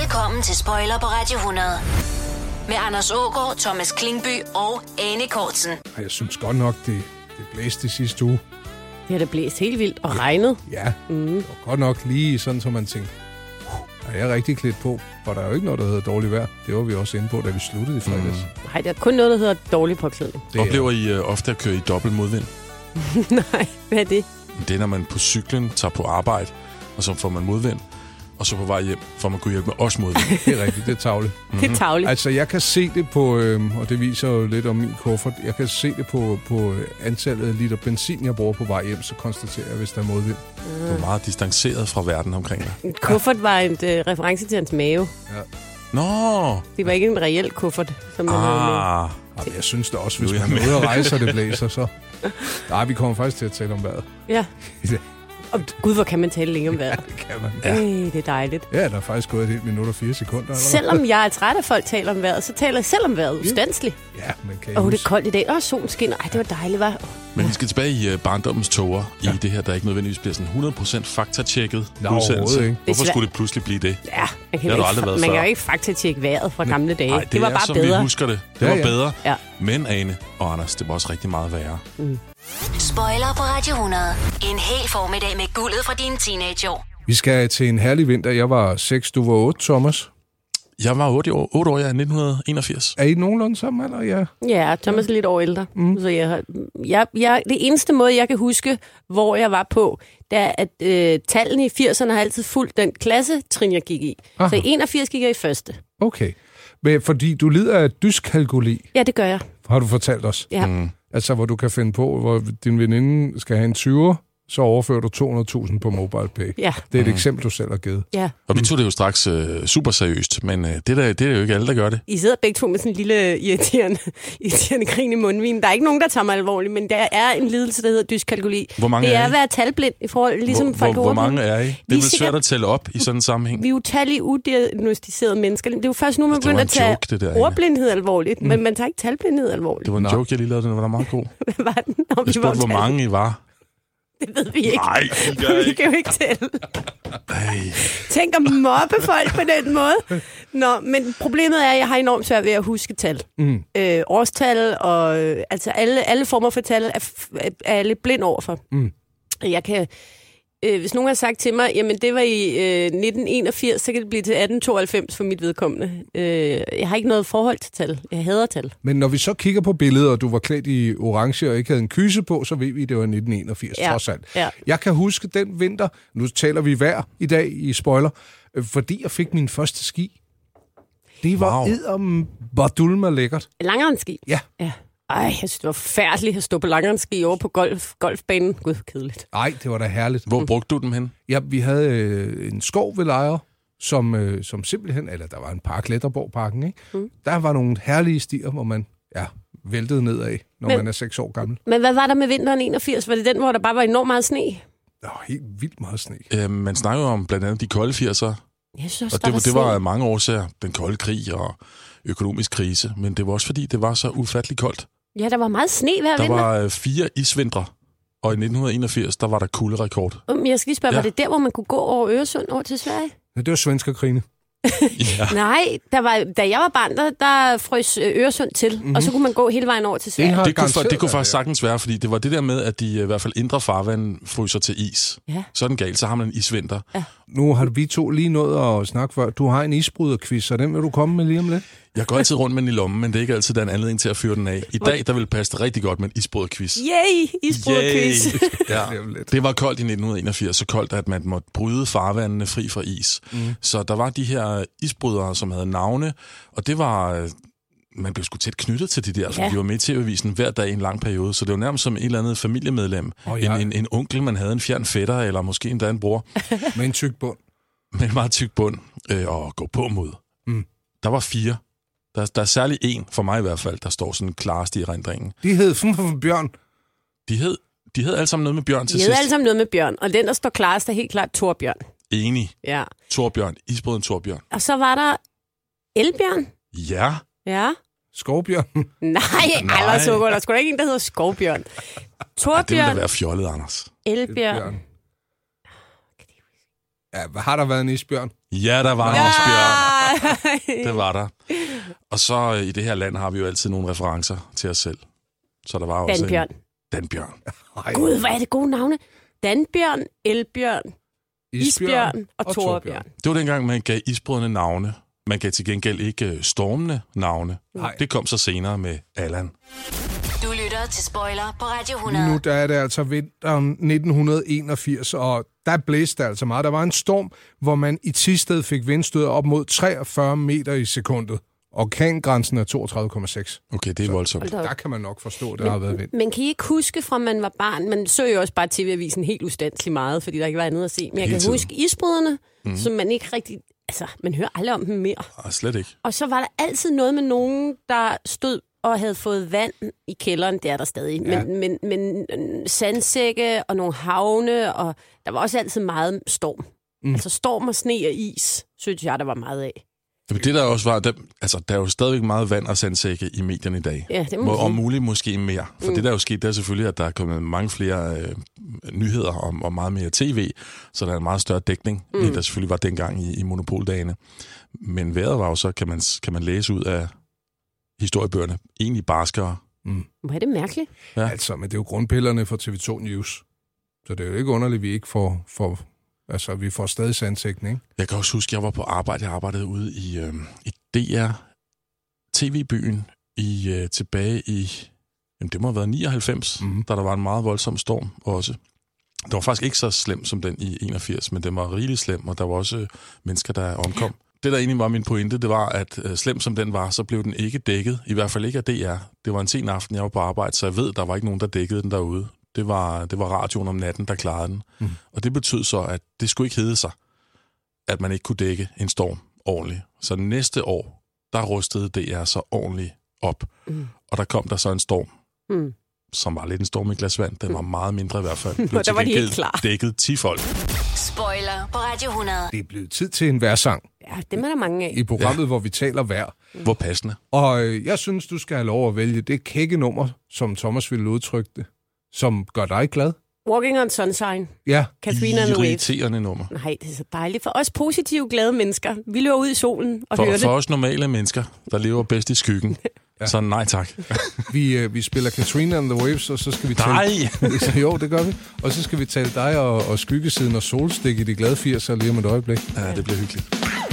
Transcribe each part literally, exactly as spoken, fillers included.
Velkommen til Spoiler på Radio hundrede. Med Anders Aagaard, Thomas Klingby og Ane Kortsen. Jeg synes godt nok, det, det blæste sidste uge. Det har da blæst helt vildt og regnet. Ja, mm. det var godt nok lige sådan, som man tænkte, uh, er jeg rigtig klædt på? For der er jo ikke noget, der hedder dårligt vejr. Det var vi også inde på, da vi sluttede i fredags. Mm. Nej, der er kun noget, der hedder dårlig påklædning. Oplever I uh, ofte at køre i dobbelt modvind? Nej, hvad er det? Det er, når man på cyklen tager på arbejde, og så får man modvind. Og så på vej hjem, for man kunne hjælpe med os modvind. Det er rigtigt, det er tarveligt. Mm-hmm. Det er tarveligt. Altså, jeg kan se det på, øh, og det viser jo lidt om min kuffert, jeg kan se det på, på antallet af liter benzin, jeg bruger på vej hjem, så konstaterer jeg, hvis der er modvind. Mm. Du er meget distanceret fra verden omkring dig. En kuffert var en uh, reference til hans mave. Ja. Nå! Det var ikke en reel kuffert, som man ah. havde med. Jamen, jeg synes det også, hvis man er ude og rejse, og det blæser, så... Nej, vi kommer faktisk til at tale om vejret. Ja. Og gud, hvor kan man tale længe om vejret. Ja, det kan man. Ja. Ej, det er dejligt. Ja, der er faktisk gået et helt minut og fire sekunder. Eller Selvom jeg er træt af folk taler om vejret, så taler jeg selv om vejret ustandsligt. Ja, men kan Åh, oh, det er koldt i dag. Åh, oh, solen skinner. Ej, det var dejligt, hva'? Men vi skal tilbage i uh, barndommens toger, ja. I det her, der ikke nødvendigvis bliver sådan hundrede procent faktatjekket udsendelse. Ikke. Hvorfor skulle det pludselig blive det? Ja, man kan, det ikke, man kan jo ikke faktatjekke vejret fra gamle dage. Nej, det, det var er, bare som bedre. Vi husker det. Det ja, var ja. bedre. Ja. Men Ane og Anders, det var også rigtig meget værre. Mm. Spoiler på Radio hundrede. En hel formiddag med guldet fra dine teenageår. Vi skal til en herlig vinter. Jeg var seks, du var otte, Thomas. Jeg var otte år, otte år ja, nitten enogfirs. Er I nogenlunde sammen, eller ja? Ja, Thomas er lidt år ældre. Mm. Så jeg, jeg, jeg, det eneste måde, jeg kan huske, hvor jeg var på, det er, at øh, tallene i firserne har altid fulgt den klassetrin, jeg gik i. Aha. Så i enogfirs gik jeg i første. Okay. Men fordi du lider af dyskalkuli. Ja, det gør jeg. Har du fortalt os? Ja. Mm. Altså, hvor du kan finde på, hvor din veninde skal have en tyver, så overfører du to hundrede tusind på MobilePay. Ja. Det er et mm. eksempel, du selv har givet. Ja. Og vi tog det jo straks øh, super seriøst, men øh, det, der, det er jo ikke alle, der gør det. I sidder begge to med sådan en lille irriterende, irriterende grin i mundvin. Der er ikke nogen, der tager mig alvorligt, men der er en lidelse, der hedder dyskalkuli. Hvor mange det er, er at være talblind i forhold, ligesom hvor, folk hvor, hvor mange er I? Det er vel sikkert svært at tælle op i sådan en sammenhæng. Vi er utallige udiagnostiserede mennesker. Det er jo først nu, man begynder at tage joke, der, ordblindhed alvorligt, mm. men man tager ikke talblindhed alvorligt. Det var en Nå. joke, jeg lige lavede, den var da meget god. Hvad var den? Nå, jeg spurgte, hvor mange I var. Det ved vi ikke. Nej, det gør vi kan jo ikke tælle. Ej. Tænk at mobbe folk på den måde. Nå, men problemet er, at jeg har enormt svært ved at huske tal. Mm. Øh, årstal og øh, altså alle, alle former for tal er, er jeg lidt blind overfor. Mm. Jeg kan... Øh, hvis nogen har sagt til mig, jamen det var i øh, nitten enogfirs, så kan det blive til atten tooghalvfems for mit vedkommende. Øh, jeg har ikke noget forhold til tal. Jeg hader tal. Men når vi så kigger på billedet, og du var klædt i orange og ikke havde en kyse på, så ved vi, at det var nitten enogfirs, ja. trods alt. Ja. Jeg kan huske den vinter, nu taler vi vejr i dag i spoiler, øh, fordi jeg fik min første ski. Det var wow. edderm badulme lækkert. Langrendski? Ja. Ja. Ej, jeg synes, det var forfærdeligt at stå på langrendski over på golf, golfbanen. Gud, kedeligt. Nej, det var da herligt. Hvor brugte du dem hen? Ja, vi havde øh, en skov ved Lejre, som, øh, som simpelthen, eller der var en park, Letterborg-parken, ikke? Mm. Der var nogle herlige stier, hvor man ja, væltede nedad, når men, man er seks år gammel. Men hvad var der med vinteren enogfirs? Var det den, hvor der bare var enormt meget sne? Der var helt vildt meget sne. Øh, man snakker jo om blandt andet de kolde firser. Jeg synes, og det, var, det var mange årsager. Den kolde krig og økonomisk krise. Men det var også fordi, det var så ufattelig koldt. Ja, der var meget sne hver der vinter. Der var fire isvintre, og i nitten enogfirs, der var der kulderekord. Um, jeg skal lige spørge, ja. Var det der, hvor man kunne gå over Øresund over til Sverige? Ja, det var svenskerkrigene. ja. Nej, der var, da jeg var barn, der, der frøs Øresund til, mm-hmm. og så kunne man gå hele vejen over til Sverige. Det, det, kunne, det kunne faktisk sagtens være, fordi det var det der med, at de i hvert fald indre farvand fryser til is. Ja. Sådan galt, så har man en isvinter. Ja. Nu har vi to lige nået at snakke før. Du har en isbryderquiz, så den vil du komme med lige om lidt? Jeg går altid rundt med den i lommen, men det er ikke altid, der er en anledning til at fyre den af. I dag, der vil passe det rigtig godt med en isbryderquiz. Yay! Isbryderquiz. Ja. Det var koldt i nitten enogfirs, så koldt, at man måtte bryde farvandene fri fra is. Mm. Så der var de her isbrydere, som havde navne, og det var... Man blev sgu tæt knyttet til de der, for ja. De var med i T V-avisen hver dag i en lang periode, så det var nærmest som en eller anden familiemedlem. Oh, ja. en, en, en onkel, man havde en fjern fætter, eller måske endda en bror. Med en tyk bund. Med en meget tyk bund, øh, og gå på mod. Mm. Der var fire. Der, der er særlig en, for mig i hvert fald, der står sådan klarest i erindringen. De hed for Bjørn. De hed, de hed alle sammen noget med Bjørn til de sidst. De hed alle sammen noget med Bjørn, og den, der står klarest, er helt klart Torbjørn. Enig. Ja. Torbjørn, isbrøden Torbjørn. Og så var der Elbjørn. Ja. Ja. Skovbjørn? Nej, aldrig så godt. Der skulle ikke en, der hedder Skovbjørn. Torbjørn. Ja, det ville da være fjollet, Anders. Elbjørn. Ja, har der været en isbjørn? Ja, der var en ja! isbjørn. Det var der. Og så i det her land har vi jo altid nogle referencer til os selv. Så der var også Danbjørn. En Danbjørn. Gud, hvor er det gode navne. Danbjørn, Elbjørn, Isbjørn og, og Torbjørn. Det var dengang, man gav isbrødrene navne. Man gav til gengæld ikke stormende navne. Nej. Det kom så senere med Allan. Du lytter til Spoiler på Radio hundrede. Lige nu der er det altså vinteren nitten enogfirs, og der blæste altså meget. Der var en storm, hvor man i Thisted fik vindstød op mod treogfyrre meter i sekundet. Orkangrænsen er toogtredive komma seks. Okay, det er voldsomt. Der kan man nok forstå, at der men, har været vind. Men kan I ikke huske, fra man var barn, man så jo også bare T V-avisen helt ustandsligt meget, fordi der ikke var andet at se. Men jeg kan tiden. huske isbryderne, mm. som man ikke rigtig... Altså, man hører aldrig om dem mere. Ah, slet ikke. Og så var der altid noget med nogen, der stod og havde fået vand i kælderen. Det er der stadig. Ja. Men, men, men sandsække og nogle havne, og der var også altid meget storm. Mm. Altså storm og sne og is, synes jeg, der var meget af. Det der også var, der, altså, der er jo stadigvæk meget vand og sandsække i medierne i dag. Ja, det må Må, om muligt måske mere. For mm. det der er jo sket, det er selvfølgelig, at der er kommet mange flere øh, nyheder og, og meget mere tv, så der er en meget større dækning, mm. end der selvfølgelig var dengang i, i monopoldagene. Men vejret var jo så, kan man, kan man læse ud af historiebøgerne, egentlig barskere. Mm. Hvor er det mærkeligt? Ja. Altså, men det er jo grundpillerne for T V to News. Så det er jo ikke underligt, at vi ikke får... får Altså, vi får stadig sandsækken, ikke? Jeg kan også huske, at jeg var på arbejde. Jeg arbejdede ude i, øh, i D R T V-byen i, øh, tilbage i, jamen det må have været nioghalvfems, mm-hmm. da der var en meget voldsom storm også. Det var faktisk ikke så slem som den i enogfirs, men den var rigelig slem, og der var også øh, mennesker, der omkom. Det, der egentlig var min pointe, det var, at øh, slem som den var, så blev den ikke dækket. I hvert fald ikke af D R. Det var en sen aften, jeg var på arbejde, så jeg ved, der var ikke nogen, der dækkede den derude. Det var, det var radioen om natten, der klarede den. Mm. Og det betød så, at det skulle ikke hedde sig, at man ikke kunne dække en storm ordentligt. Så næste år, der rustede D R så ordentligt op. Mm. Og der kom der så en storm, mm. som var lidt en storm i glas vand. Den var meget mindre i hvert fald. Og der var de ikke klar. Dækket ti folk. Spoiler på Radio hundrede. Det er blevet tid til en vejrsang. Ja, det er der mange af. I programmet, ja. Hvor vi taler vejr. Mm. Hvor passende. Og øh, jeg synes, du skal have lov at vælge det kække nummer, som Thomas ville udtrykke det, som gør dig glad. Walking on Sunshine. Ja. Katrina and the Waves. Irriterende nummer. Nej, det er så dejligt. For os positive, glade mennesker. Vi løber ud i solen og for, hører det. For os normale mennesker, der lever bedst i skyggen. Ja. Så nej tak. vi, øh, vi spiller Katrina and the Waves, og så skal vi tale... Nej! Jo, det gør vi. Og så skal vi tale dig og, og skyggesiden og solstik i de glade firser lige om et øjeblik. Ja, det bliver hyggeligt.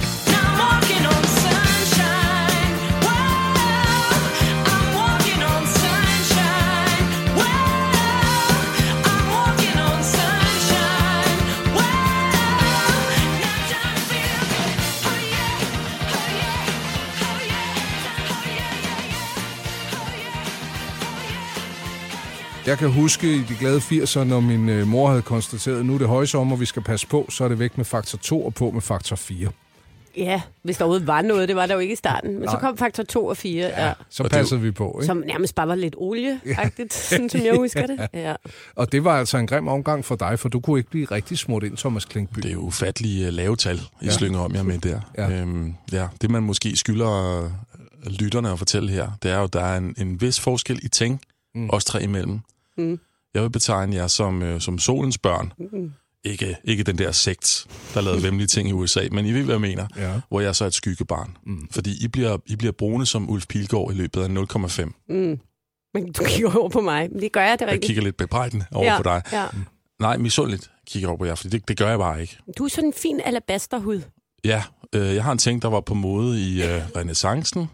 Jeg kan huske i de glade firser, når min øh, mor havde konstateret, at nu er det højsommer, vi skal passe på, så er det væk med faktor to og på med faktor fire. Ja, hvis der overhovedet var noget, det var der jo ikke i starten. Men Nej. Så kom faktor to og fire. Ja, ja. Så passede vi på, ikke? Som nærmest bare var lidt olie-agtigt, ja. Sådan som jeg husker det. Ja. Og det var altså en grim omgang for dig, for du kunne ikke blive rigtig smurt ind, Thomas Klinkby. Det er jo ufattelige lave tal, I ja. slynger om jer med der. Ja. Øhm, ja, det man måske skylder lytterne at fortælle her, det er jo, at der er en, en vis forskel i ting, mm. os tre imellem. Mm. Jeg vil betegne jer som, øh, som solens børn. Mm. Ikke, ikke den der sekt, der lavede vemmelige ting i U S A, men I ved, hvad jeg mener, ja. Hvor jeg så er et skyggebarn. Mm. Fordi I bliver, I bliver brune som Ulf Pilgaard i løbet af nul komma fem. Mm. Men du kigger over på mig. Det gør jeg det rigtigt. Jeg kigger lidt bebrejdende over ja, på dig. Ja. Nej, misundeligt kigger over på jer, for det, det gør jeg bare ikke. Du er sådan en fin alabasterhud. Ja, øh, jeg har en ting, der var på mode i øh, renaissancen.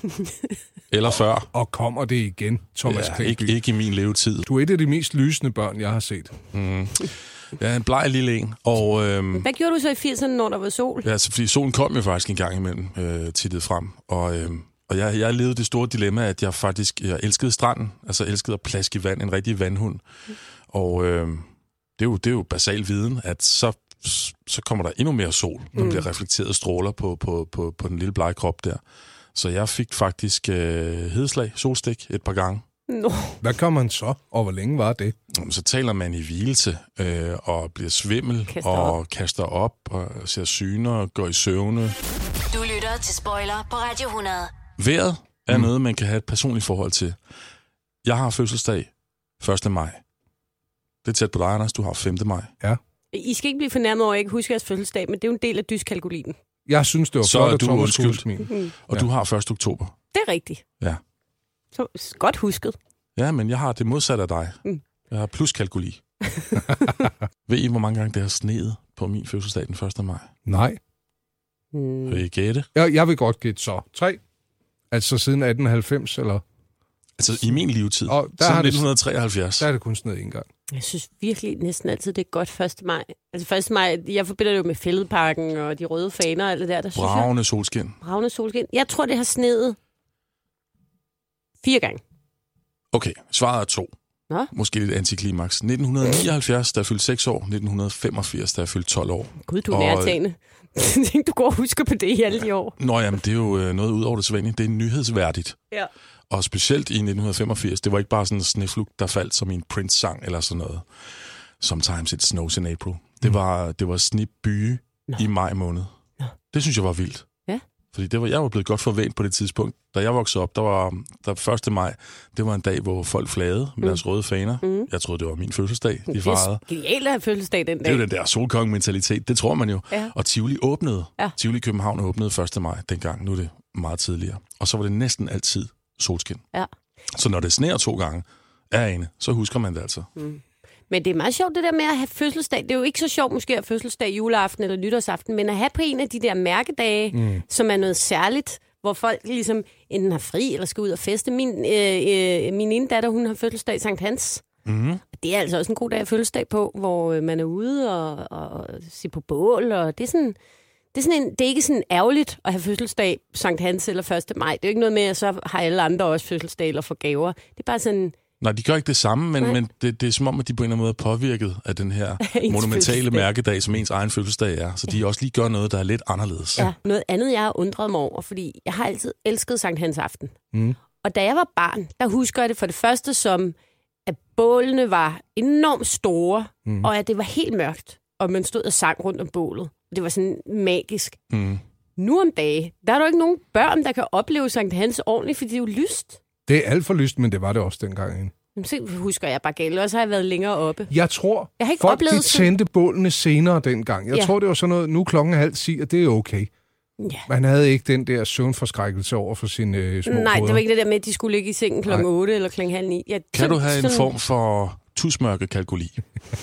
Eller før. Og kommer det igen, Thomas ja, Klinkby? Ikke, ikke i min levetid. Du er et af de mest lysende børn, jeg har set. Mm. Ja, en bleg lille en. Og, øhm, hvad gjorde du så i firserne, når der var sol? Ja, altså, fordi solen kom jo faktisk en gang imellem øh, tittet frem. Og, øhm, og jeg, jeg levede det store dilemma, at jeg faktisk jeg elskede stranden. Altså elskede at plaske i vand, en rigtig vandhund. Mm. Og øhm, det, er jo, det er jo basal viden, at så, så kommer der endnu mere sol, når mm. der bliver reflekteret stråler på, på, på, på den lille blege krop der. Så jeg fik faktisk øh, hedeslag, solstik, et par gange. No. Hvad gør man så, og hvor længe var det? Så taler man i hvilelse, øh, og bliver svimmel, kaster og op. kaster op, og ser syner, og går i søvne. Du lytter til Spoiler på Radio hundrede. Vejret er mm. noget, man kan have et personligt forhold til. Jeg har fødselsdag første maj. Det er tæt på dig, Anders. Du har femte maj. Ja. I skal ikke blive fornærmet over, at jeg ikke husker jeres fødselsdag, men det er jo en del af dyskalkulinen. Jeg synes, det var Så flot, er at du Thomas undskyldt. skulle smile. Mm. Og Ja. du har første oktober. Det er rigtigt. Ja. Så godt husket. Ja, men jeg har det modsatte af dig. Mm. Jeg har pluskalkuli. Ved I, hvor mange gange det har sneet på min fødselsdag den første maj? Nej. Mm. Vil I gætte? Jeg, jeg vil godt gætte så. Tre. Altså siden atten halvfems, eller... Altså i min levetid. Og der Siden har det- nitten treoghalvfjerds. Der er det kun sneet en gang. Jeg synes virkelig næsten altid, det er godt første maj. Altså første maj, jeg forbinder det jo med Fælledparken og de røde faner og alt det der. Der synes jeg, Bravende solskin. bravende solskin. Jeg tror, det har sneet fire gange. Okay, svaret er to. Nå. Måske lidt antiklimaks. nitten nioghalvfjerds, der er fyldt seks år. nitten femogfirs, der er fyldt tolv år. Gud, du er Og- nærtagende. Du går og husker på det i alle de år. Nå jamen, det er jo øh, noget ud over det sædvanlige. Det er nyhedsværdigt. Ja. Og specielt i nitten femogfirs, det var ikke bare sådan en sneflug, der faldt som i en Prince-sang eller sådan noget. Sometimes it snows in April. Det var, det var snebye Nå. i maj måned. Nå. Det synes jeg var vildt. Ja. Fordi det var, jeg var blevet godt forvænt på det tidspunkt. Da jeg voksede op, der var der første maj, det var en dag, hvor folk flagede med Mm. deres røde faner. Mm. Jeg troede, det var min fødselsdag, de Det fejrede. er genialt at have fødselsdag den Det dag. er jo den der solkonge-mentalitet, det tror man jo. Ja. Og Tivoli åbnede. Ja. Tivoli København åbnede første maj dengang. Nu er det meget tidligere. Og så var det næsten altid solskin. Ja. Så når det sneer to gange er ene, så husker man det altså. Mm. Men det er meget sjovt, det der med at have fødselsdag. Det er jo ikke så sjovt måske at have fødselsdag juleaften eller nytårsaften, men at have på en af de der mærkedage, mm. som er noget særligt, hvor folk ligesom enten har fri eller skal ud og feste. Min, øh, øh, min ene datter, hun har fødselsdag Sankt Hans. Mm. Det er altså også en god dag at fødselsdag på, hvor øh, man er ude og, og, og se på bål, og det er sådan... Det er, sådan en, det er ikke sådan ærgerligt at have fødselsdag Sankt Hans eller første maj. Det er jo ikke noget med, at så har alle andre også fødselsdag eller får gaver. Det er bare sådan... Nej, de gør ikke det samme, men, Nej. men det, det er som om, at de på en eller anden måde er påvirket af den her Ens monumentale fødselsdag. mærkedag, som ens egen fødselsdag er. Så de også lige gør noget, der er lidt anderledes. Ja, noget andet, jeg har undret mig over, fordi jeg har altid elsket Sankt Hans aften. Mm. Og da jeg var barn, der husker jeg det for det første som, at bålene var enormt store, mm. og at det var helt mørkt, og man stod og sang rundt om bålet. Det var sådan magisk. Mm. Nu om dage, der er der jo ikke nogen børn, der kan opleve Sankt Hans ordentligt, fordi det er jo lyst. Det er alt for lyst, men det var det også dengang. Ikke? Jamen, så husker jeg bare galt, og så har jeg været længere oppe. Jeg tror, Jeg har ikke folk oplevet de sådan- tændte bålene senere dengang. Jeg Ja. tror, det var sådan noget, nu klokken er halv ti, og det er okay. Ja. Man havde ikke den der søvnforskrækkelse over for sine øh, små Nej, det brødre. var ikke det der med, at de skulle ligge i sengen klokken otte eller klokken halv ni. Jeg, Kan du have en form for tusmørkekalkuli?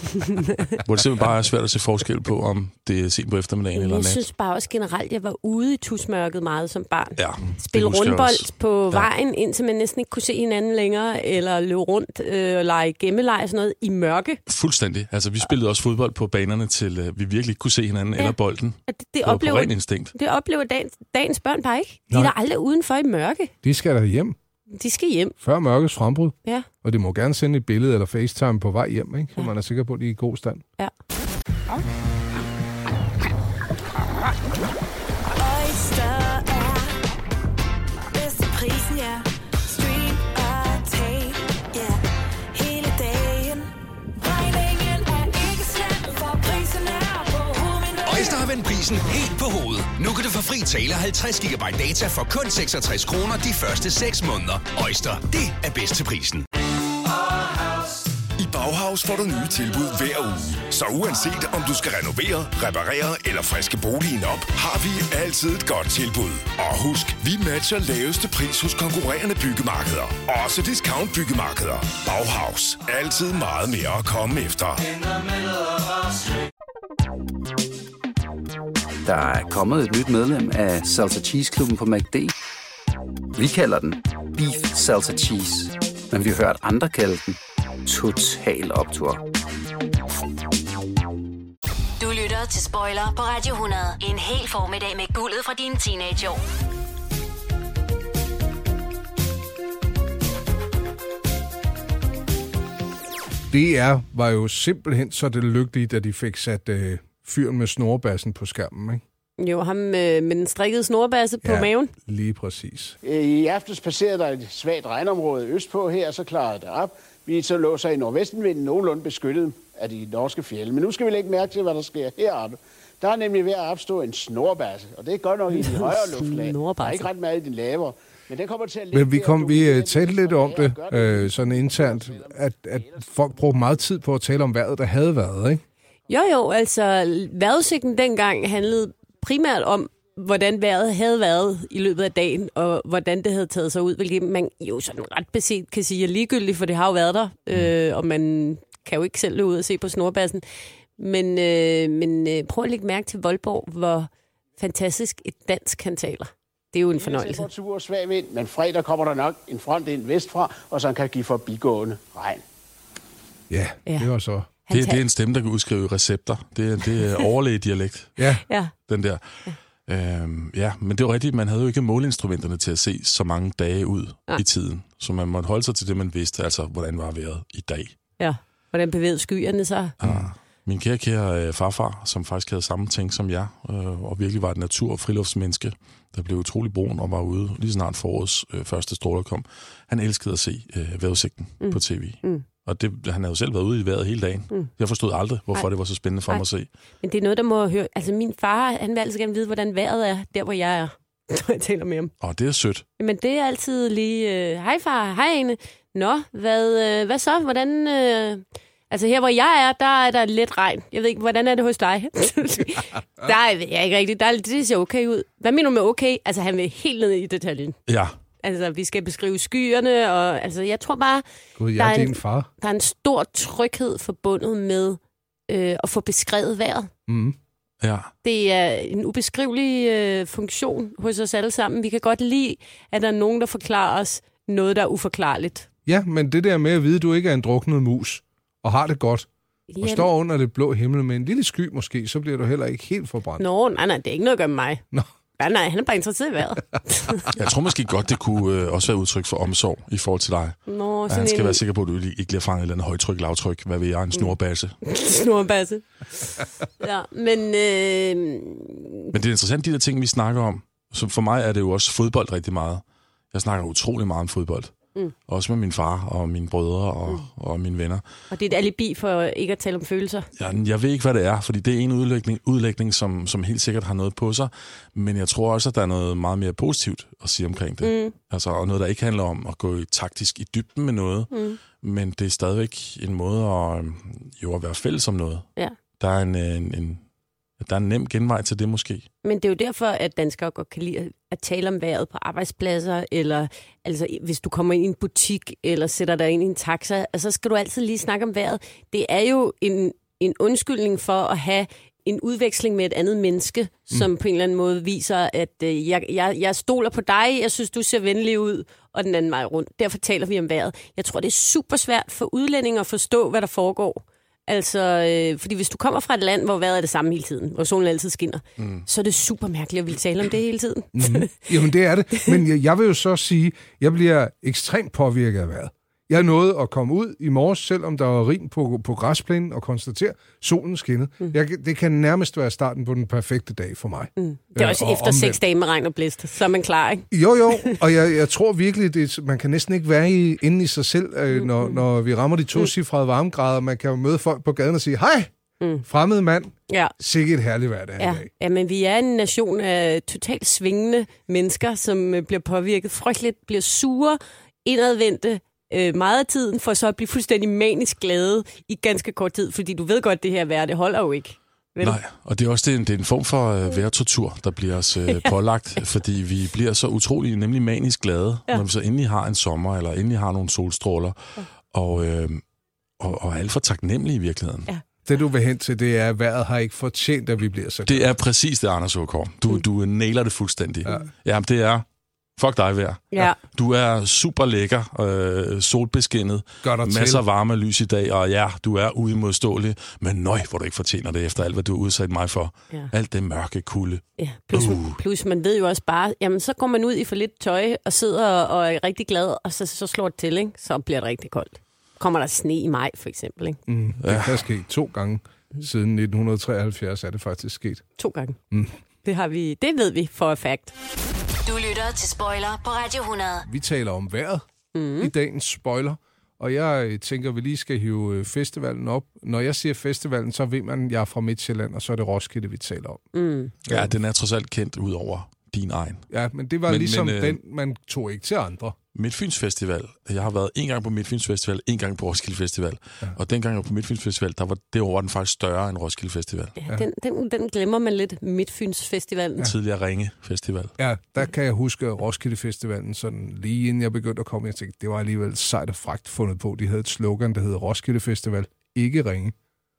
Hvor det simpelthen bare er svært at se forskel på, om det er sent på eftermiddagen eller Jeg nat. synes bare også generelt, at jeg var ude i tusmørket meget som barn. Ja, Spille det husker jeg rundbold også. på Ja. vejen, indtil man næsten ikke kunne se hinanden længere, eller løbe rundt øh, og lege gemmeleg og sådan noget i mørke. Fuldstændig. Altså, vi spillede også fodbold på banerne, til uh, vi virkelig ikke kunne se hinanden Ja. eller bolden. Og det, det, Det var på oplever, ren instinkt. det oplever dagens, dagens børn bare ikke. De Nej. er der aldrig udenfor i mørke. De skal der hjem De skal hjem. før mørkets frembrud. Ja. Og de må gerne sende et billede eller FaceTime på vej hjem, ikke? Så man er sikker på, at de er i god stand. Ja. Oyster er bedst til prisen, ja. Stream og tag, ja. Hele dagen. Regningen er ikke slem, for prisen er på hovedet. Oyster har vendt prisen helt på hovedet. Nu kan du få fri tale halvtreds gigabyte data for kun seksogtres kroner de første seks måneder. Oyster, det er bedst til prisen. I Bauhaus får du nye tilbud hver uge. Så uanset om du skal renovere, reparere eller friske boligen op, har vi altid et godt tilbud. Og husk, vi matcher laveste pris hos konkurrerende byggemarkeder. Også discount byggemarkeder. Bauhaus. Altid meget mere at komme efter. Der er kommet et nyt medlem af Salsa Cheese Klubben på McD. Vi kalder den Beef Salsa Cheese, men vi har hørt andre kalde den Total Optur. Du lytter til Spoiler på Radio hundrede. En hel formiddag med guldet fra dine teenageår. D R var jo simpelthen så det lykkelige, da de fik sat øh, fyren med snorbassen på skærmen, ikke? Jo, ham øh, med den strikkede snorbasse på Ja. maven. Lige præcis. I aftes passerede der et svagt regnområde østpå her, så klarede det op. Vi så lå sig i nordvestenvinden nogenlunde beskyttet af de norske fjelde. Men nu skal vi lægge mærke til, hvad der sker heroppe. Der er nemlig ved at opstå en snorbasse, og det er godt nok i de højere luftlag. Der er Snorbasse. ikke ret meget i de lavere. Men den kommer til at ligge Men vi, der, kom, og vi dominere øh, de talte lidt om det, og gøre øh, sådan internt, at, at folk brugte meget tid på at tale om vejret, der havde været, ikke? Jo, jo, altså vejrudsigten dengang handlede primært om, hvordan vejret havde været i løbet af dagen, og hvordan det havde taget sig ud, hvilket man jo sådan ret beset kan sige er ligegyldigt, for det har jo været der, øh, og man kan jo ikke selv løbe ud og se på snorbassen. Men, øh, men øh, prøv at lægge mærke til Voldborg, hvor fantastisk et dansk han taler. Det er jo en fornøjelse. Det er tur svag vind, men fredag kommer der nok en front ind vestfra, og så kan give forbigående regn. Ja, Ja. det var så... Det, det er en stemme, der kan udskrive recepter. Det er, det er overlægedialekt, Ja, Ja. den der. Ja. Øhm, ja, men det var rigtigt, man havde jo ikke måleinstrumenterne til at se så mange dage ud Nej. i tiden. Så man måtte holde sig til det, man vidste, altså hvordan var vejret i dag. Ja. Hvordan bevægede skyerne sig? Ah, min kære, kære øh, farfar, som faktisk havde samme ting som jeg, øh, og virkelig var et natur- og friluftsmenneske, der blev utrolig brun og var ude lige snart forårets øh, første stråler kom. Han elskede at se øh, vejrudsigten mm. på tv. Mm. Og det, han havde jo selv været ude i vejret hele dagen. Mm. Jeg forstod aldrig, hvorfor Ej. det var så spændende for Ej. mig at se. Men det er noget, der må høre... Altså, min far, han vil altid gerne vide, hvordan vejret er, der hvor jeg er, når jeg taler med ham. Og det er sødt. Men det er altid lige... Øh, hej far, hej Ane. Nå, hvad, øh, hvad så? Hvordan... Øh... Altså, her hvor jeg er, der er der lidt regn. Jeg ved ikke, hvordan er det hos dig? Der er jeg ikke rigtigt. Der er, det ser okay ud. Hvad mener du med okay? Altså, han vil helt ned i detaljen. Ja. Altså, vi skal beskrive skyerne, og altså, jeg tror bare... Gud, der jeg er er din en- far. Der er en stor tryghed forbundet med øh, at få beskrevet vejret. Mm. Ja. Det er en ubeskrivelig øh, funktion hos os alle sammen. Vi kan godt lide, at der er nogen, der forklarer os noget, der er uforklarligt. Ja, men det der med at vide, at du ikke er en druknet mus, og har det godt, og Jamen. står under det blå himmel med en lille sky måske, så bliver du heller ikke helt forbrændt. Nå, nej, nej, det er ikke noget at gøre med mig. Nå. Nej, nej, han er bare interesseret i vejret. Jeg tror måske godt, det kunne øh, også være udtryk for omsorg i forhold til dig. Nå, At sådan han skal en være sikker på, at du ikke bliver fanget i et eller andet højtryk, lavtryk. Hvad ved jeg? En snorbasse. snorbasse. Ja, men... Øh, Men det er interessant, de der ting, vi snakker om. Så for mig er det jo også fodbold rigtig meget. Jeg snakker utrolig meget om fodbold. Mm. Også med min far og mine brødre og, mm. og mine venner. og det er et alibi for ikke at tale om følelser. Jeg, jeg ved ikke, hvad det er, fordi det er en udlægning, udlægning som, som helt sikkert har noget på sig. Men jeg tror også, at der er noget meget mere positivt at sige omkring det. Mm. Altså, og noget, der ikke handler om at gå i taktisk i dybden med noget. Mm. Men det er stadigvæk en måde at, jo, at være fælles om noget. Ja. Der er en, en, en, der er en nem genvej til det måske. Men det er jo derfor, at danskere godt kan lide at tale om vejret på arbejdspladser, eller altså, hvis du kommer ind i en butik, eller sætter dig ind i en taxa, altså, så skal du altid lige snakke om vejret. Det er jo en, en undskyldning for at have en udveksling med et andet menneske, mm. som på en eller anden måde viser, at øh, jeg, jeg, jeg stoler på dig, jeg synes, du ser venlig ud, og den anden vej rundt. Derfor taler vi om vejret. Jeg tror, det er super svært for udlændinge at forstå, hvad der foregår. Altså, øh, fordi hvis du kommer fra et land, hvor vejret er det samme hele tiden, hvor solen altid skinner, mm. så er det super mærkeligt at ville tale om det hele tiden. Mm. Jamen, det er det. Men jeg, jeg vil jo så sige, at jeg bliver ekstremt påvirket af vejret. Jeg nåede at komme ud i morges, selvom der var rim på, på græsplænen, og konstatere, at solen skinnede. Mm. Jeg, det kan nærmest være starten på den perfekte dag for mig. Mm. Det er også og efter omvendt. seks dage med regn og blæst, så er man klar, ikke? Jo, jo, og jeg, jeg tror virkelig, det, man kan næsten ikke være i, inde i sig selv, øh, når, når vi rammer de tocifrede varmegrader. Man kan jo møde folk på gaden og sige, hej, mm. fremmede mand, Ja. sikke et herligt vejr, det er Ja. i dag. ja, men vi er en nation af totalt svingende mennesker, som øh, bliver påvirket frygteligt, bliver sure, indadvendte, øh, meget af tiden, for så at blive fuldstændig manisk glade i ganske kort tid, fordi du ved godt, det her vejr, det holder jo ikke. Vel? Nej, og det er også det, det er en form for øh, vejrtortur, der bliver os øh, pålagt, fordi vi bliver så utrolig nemlig manisk glade, ja. når vi så endelig har en sommer, eller endelig har nogle solstråler, ja. og, øh, og, og er alt for taknemmelige i virkeligheden. Ja. Det, du vil hen til, det er, at vejret har ikke fortjent, at vi bliver så Det er præcis det, Anders Ågaard. Du, mm. du nailer det fuldstændig. Ja. Jamen, det er... Fuck dig, vejr. Ja. Du er super lækker, øh, solbeskinnet, masser til. af varme og lys i dag, og ja, du er uimodståelig, men nøj, hvor du ikke fortjener det efter alt, hvad du har udsat mig for. Ja. Alt det mørke kulde. Ja, plus, uh. plus man ved jo også bare, jamen så går man ud i for lidt tøj og sidder og er rigtig glad, og så, så slår det til, ikke? Så bliver det rigtig koldt. Kommer der sne i maj, for eksempel, ikke? Mm, det ja. kan ske to gange. Siden nitten treoghalvfjerds er det faktisk sket. To gange. Mm. Det har vi, det ved vi for a fact. Du lytter til Spoiler på Radio hundrede. Vi taler om vejret mm. i dagens spoiler, og jeg tænker, vi lige skal hive festivalen op. Når jeg siger festivalen, så ved man, at jeg er fra Midtjylland, og så er det Roskilde, vi taler om. Mm. Ja, den er trods alt kendt ud over din egen. Ja, men det var Men- ligesom men, øh, den, man tog ikke til andre. Midtfyns Festival. Jeg har været en gang på Midtfyns Festival, en gang på Roskilde Festival. Ja. Og dengang jeg var på Midtfyns Festival, der var det år var den faktisk større end Roskilde Festival. Ja, den, den, den glemmer man lidt, Midtfyns Festivalen. Ja. Tidligere Ringe Festival. Ja, der kan jeg huske Roskilde Festivalen, sådan lige inden jeg begyndte at komme, jeg tænkte, det var alligevel sejt og fragt fundet på. De havde et slogan, der hed Roskilde Festival, ikke Ringe.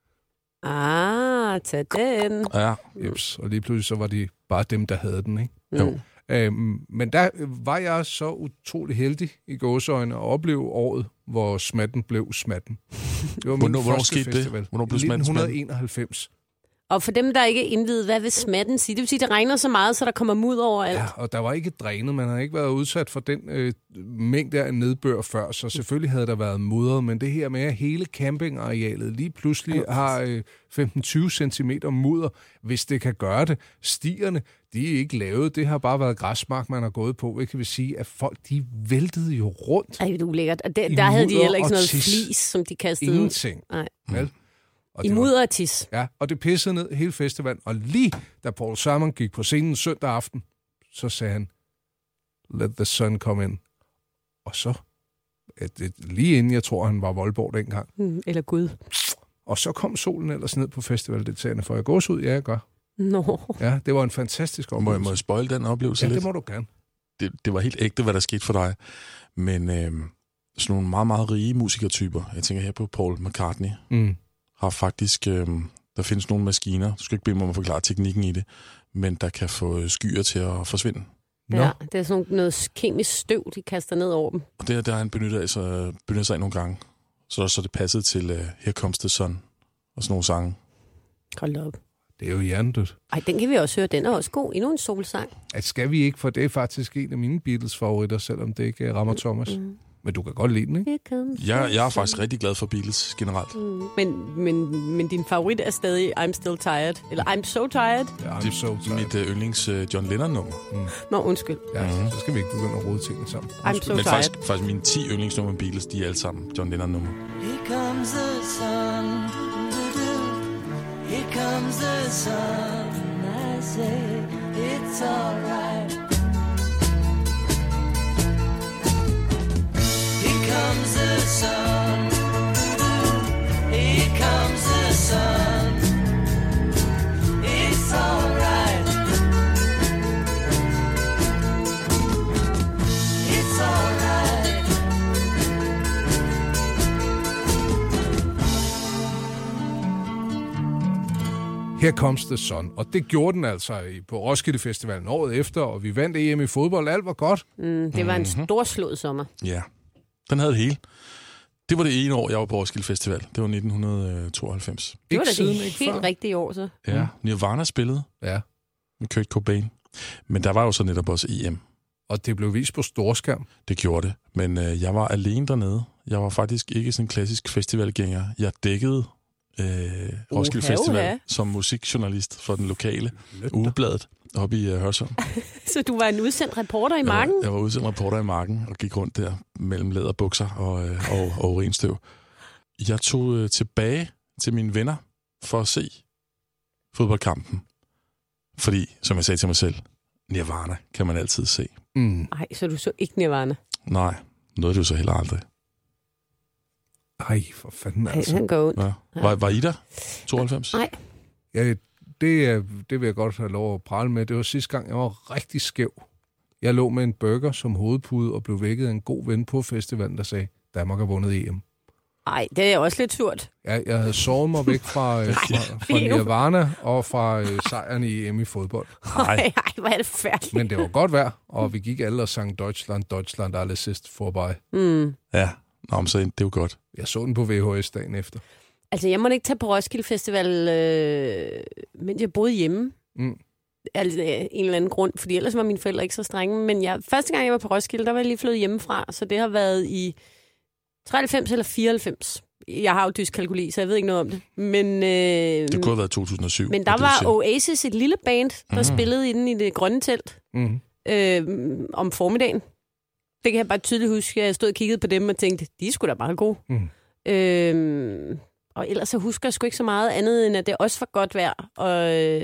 Ah, tag den. Ja. Jeps. Og lige pludselig så var de bare dem, der havde den, ikke? Mm. Jo. Øhm, men der var jeg så utrolig heldig i gåseøjne at opleve året, hvor smatten blev smatten. Det var min Hvornår- hvornår første skete det? festival. Hvornår blev smatten smatten? nitten enoghalvfems. Og for dem, der ikke er indvidet, hvad vil smatten sige? Det vil sige, at det regner så meget, så der kommer mud over alt. Ja, og der var ikke drænet. Man havde ikke været udsat for den øh, mængde af nedbør før, så selvfølgelig havde der været mudret, men det her med, at hele campingarealet lige pludselig har øh, femten til tyve centimeter mudder, hvis det kan gøre det. Stierne, de er ikke lavet. Det har bare været græsmark, man har gået på. Hvilket vil sige, at folk, de væltede jo rundt. Ej, det er ulækkert. Og der, I der havde de mudder heller ikke og sådan noget tis. flis, som de kastede Ingenting. ud. Nej. Vel? Og I det var- mudder og tis. Ja, og det pissede ned hele festivalen. Og lige da Paul Simon gik på scenen søndag aften, så sagde han, let the sun come in. Og så, at det, lige inden jeg tror, han var Voldborg dengang. Mm, eller Gud. Og så kom solen ellers ned på festivaldeltagerne, for jeg gås ud, ja, jeg gør. Nå. Ja, det var en fantastisk Må jeg, oplevelse. må jeg spoil den oplevelse Ja, lidt? det må du gerne. Det, det var helt ægte, hvad der skete for dig. Men øh, sådan nogle meget, meget rige musikertyper, jeg tænker her på Paul McCartney, Mm. har faktisk, øh, der findes nogle maskiner, du skal ikke bede mig om at forklare teknikken i det, men der kan få skyer til at forsvinde. Nå. Ja, det er sådan noget kemisk støv, de kaster ned over dem. Og det, der har han benyttet, af, så, benyttet sig af nogle gange. Så, så det passede til uh, Here Comes the Sun og sådan nogle sange. Hold op. Det er jo hjernedødt. Ej, den kan vi også høre. Den er også god. Endnu en solsang. At skal vi ikke, for det er faktisk en af mine Beatles-favoritter, selvom det ikke rammer Thomas. Mm. Men du kan godt lide den, ikke? Here comes Jeg, the jeg er sun. faktisk rigtig glad for Beatles generelt. Mm. Men, men, men din favorit er stadig I'm Still Tired. Eller I'm So Tired. Ja, I'm Det so er tired. mit uh, yndlings uh, John Lennon-nummer. Nå, undskyld. Ja, så skal vi ikke begynde at rode tingene sammen. I'm So Men Tired. faktisk, faktisk mine ti yndlingsnummer med Beatles, de er alle sammen John Lennon-nummer. Here comes the sun. Here comes the sun. I say it's alright. Here comes the sun. Here comes the sun. It's alright. It's alright. Here comes the sun. Og det gjorde den altså i- på Roskilde Festivalen året efter, og vi vandt E M i fodbold. Alt var godt. Mm, det var en storslået sommer. Ja, den havde det hele. Det var det ene år, jeg var på Roskilde Festival. Det var nitten tooghalvfems. Det var Ikke da siden, det ikke helt før. rigtige år, så. Ja, Nirvana spillede Ja, med Kurt Cobain. Men der var jo så netop også E M. og det blev vist på storskærm. Det gjorde det. Men øh, jeg var alene dernede. Jeg var faktisk ikke sådan en klassisk festivalgænger. Jeg dækkede øh, Roskilde Uha, Festival uha. som musikjournalist for den lokale ugebladet oppe i uh, Hørsholm. Så du var en udsendt reporter i Jeg marken? var, jeg var udsendt reporter i marken og gik rundt der mellem læderbukser og, øh, og, og urinstøv. Jeg tog øh, tilbage til mine venner for at se fodboldkampen. Fordi, som jeg sagde til mig selv, Nirvana kan man altid se. Mm. Nej, så du så ikke Nirvana. Nej, noget er det jo så heller aldrig. Ej, for fanden Ej, altså. han går ondt. Ja. Var, var I der? tooghalvfems? Nej. Ja, det, er- det vil jeg godt have lov at prale med. Det var sidste gang, jeg var rigtig skæv. Jeg lå med en burger som hovedpude og blev vækket af en god ven på festivalen, der sagde, Danmark har vundet E M. Nej, det er også lidt surt. Ja, jeg havde sovet mig væk fra, øh, fra, fra Nirvana og fra øh, sejren i E M i fodbold. Nej, nej, hvor er det færdigt. Men det var godt vejr, og vi gik alle og sang Deutschland, Deutschland, alles ist vorbei. Mm. Ja, Nå, men så det er jo godt. Jeg så den på V H S dagen efter. Altså, jeg måtte ikke tage på Roskilde Festival, øh, mens jeg boede hjemme. Mm. Altså, af en eller anden grund, fordi ellers var mine forældre ikke så strenge. Men jeg, første gang, jeg var på Roskilde, der var jeg lige flyttet hjemmefra, så det har været i treoghalvfems eller fireoghalvfems. Jeg har jo dyskalkuli, så jeg ved ikke noget om det. Men, øh, Det kunne have været to tusind og syv. men der det, du var siger. Oasis, et lille band, der Mhm. spillede inde i det grønne telt Mm. øh, om formiddagen. Det kan jeg bare tydeligt huske. Jeg stod og kiggede på dem og tænkte, de er sgu da meget gode. Mm. Øh, og ellers så husker jeg sgu ikke så meget andet, end at det også var godt vejr. Og øh,